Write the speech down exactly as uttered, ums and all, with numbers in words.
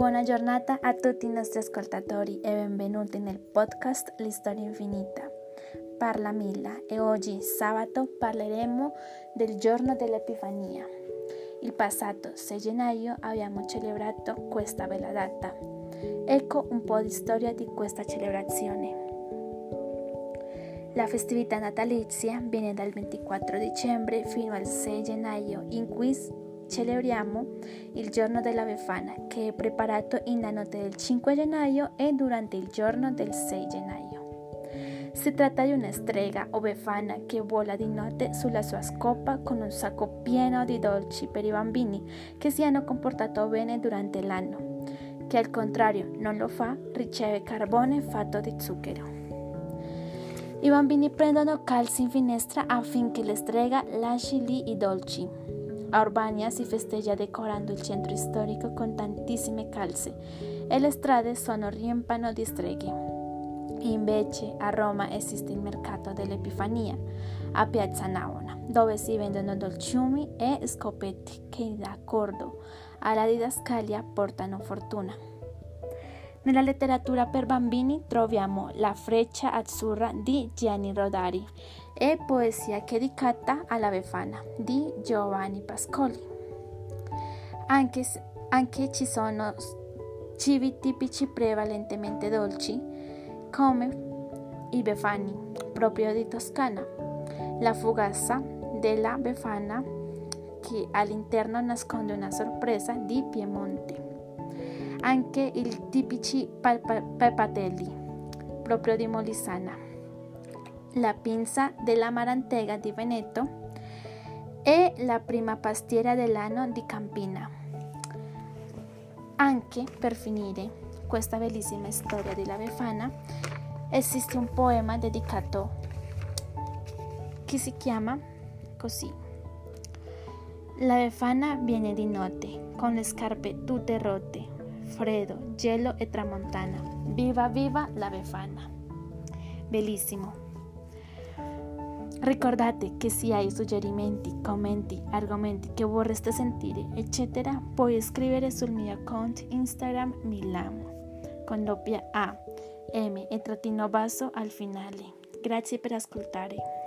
Buona giornata a tutti i nostri ascoltatori e benvenuti nel podcast La Storia Infinita. Parla Milla e oggi, sabato, parleremo del giorno dell'Epifania. Il passato sei gennaio abbiamo celebrato questa bella data. Ecco un po' di storia di questa celebrazione. La festività natalizia viene dal ventiquattro dicembre fino al sei gennaio, in cui celebriamo il giorno della Befana, che è preparato in la notte del cinque gennaio e durante il giorno del sei gennaio. Si tratta di una strega o befana che vola di notte sulla sua scopa con un sacco pieno di dolci per i bambini che si hanno comportato bene durante l'anno. Chi al contrario non lo fa riceve carbone fatto di zucchero. I bambini prendono calci in finestra affinché la strega lasci lì i dolci. A Urbania si festeggia decorando il centro storico con tantissime calze e le strade sono riempiono di streghe. Invece a Roma esiste il mercato dell'Epifania a Piazza Navona, dove si vendono dolciumi e scopetti che, d'accordo alla didascalia, portano fortuna. Nella letteratura per bambini troviamo La freccia azzurra di Gianni Rodari e Poesia dedicata alla Befana di Giovanni Pascoli. Anche, anche ci sono cibi tipici prevalentemente dolci come i befani, proprio di Toscana, la fugazza della Befana che all'interno nasconde una sorpresa di Piemonte. Anche i tipici pepatelli, proprio di Molisana, la pinza della Marantega di Veneto e la prima pastiera dell'anno di Campina. Anche per finire questa bellissima storia della Befana esiste un poema dedicato che si chiama così: La Befana viene di notte con le scarpe tutte rotte, freddo, gelo e tramontana. Viva viva la Befana! Bellissimo! Ricordate che se hai suggerimenti, commenti, argomenti che vorreste sentire, eccetera, puoi scrivere sul mio account Instagram Milam con doppia A, M e trattino basso al finale. Grazie per ascoltare.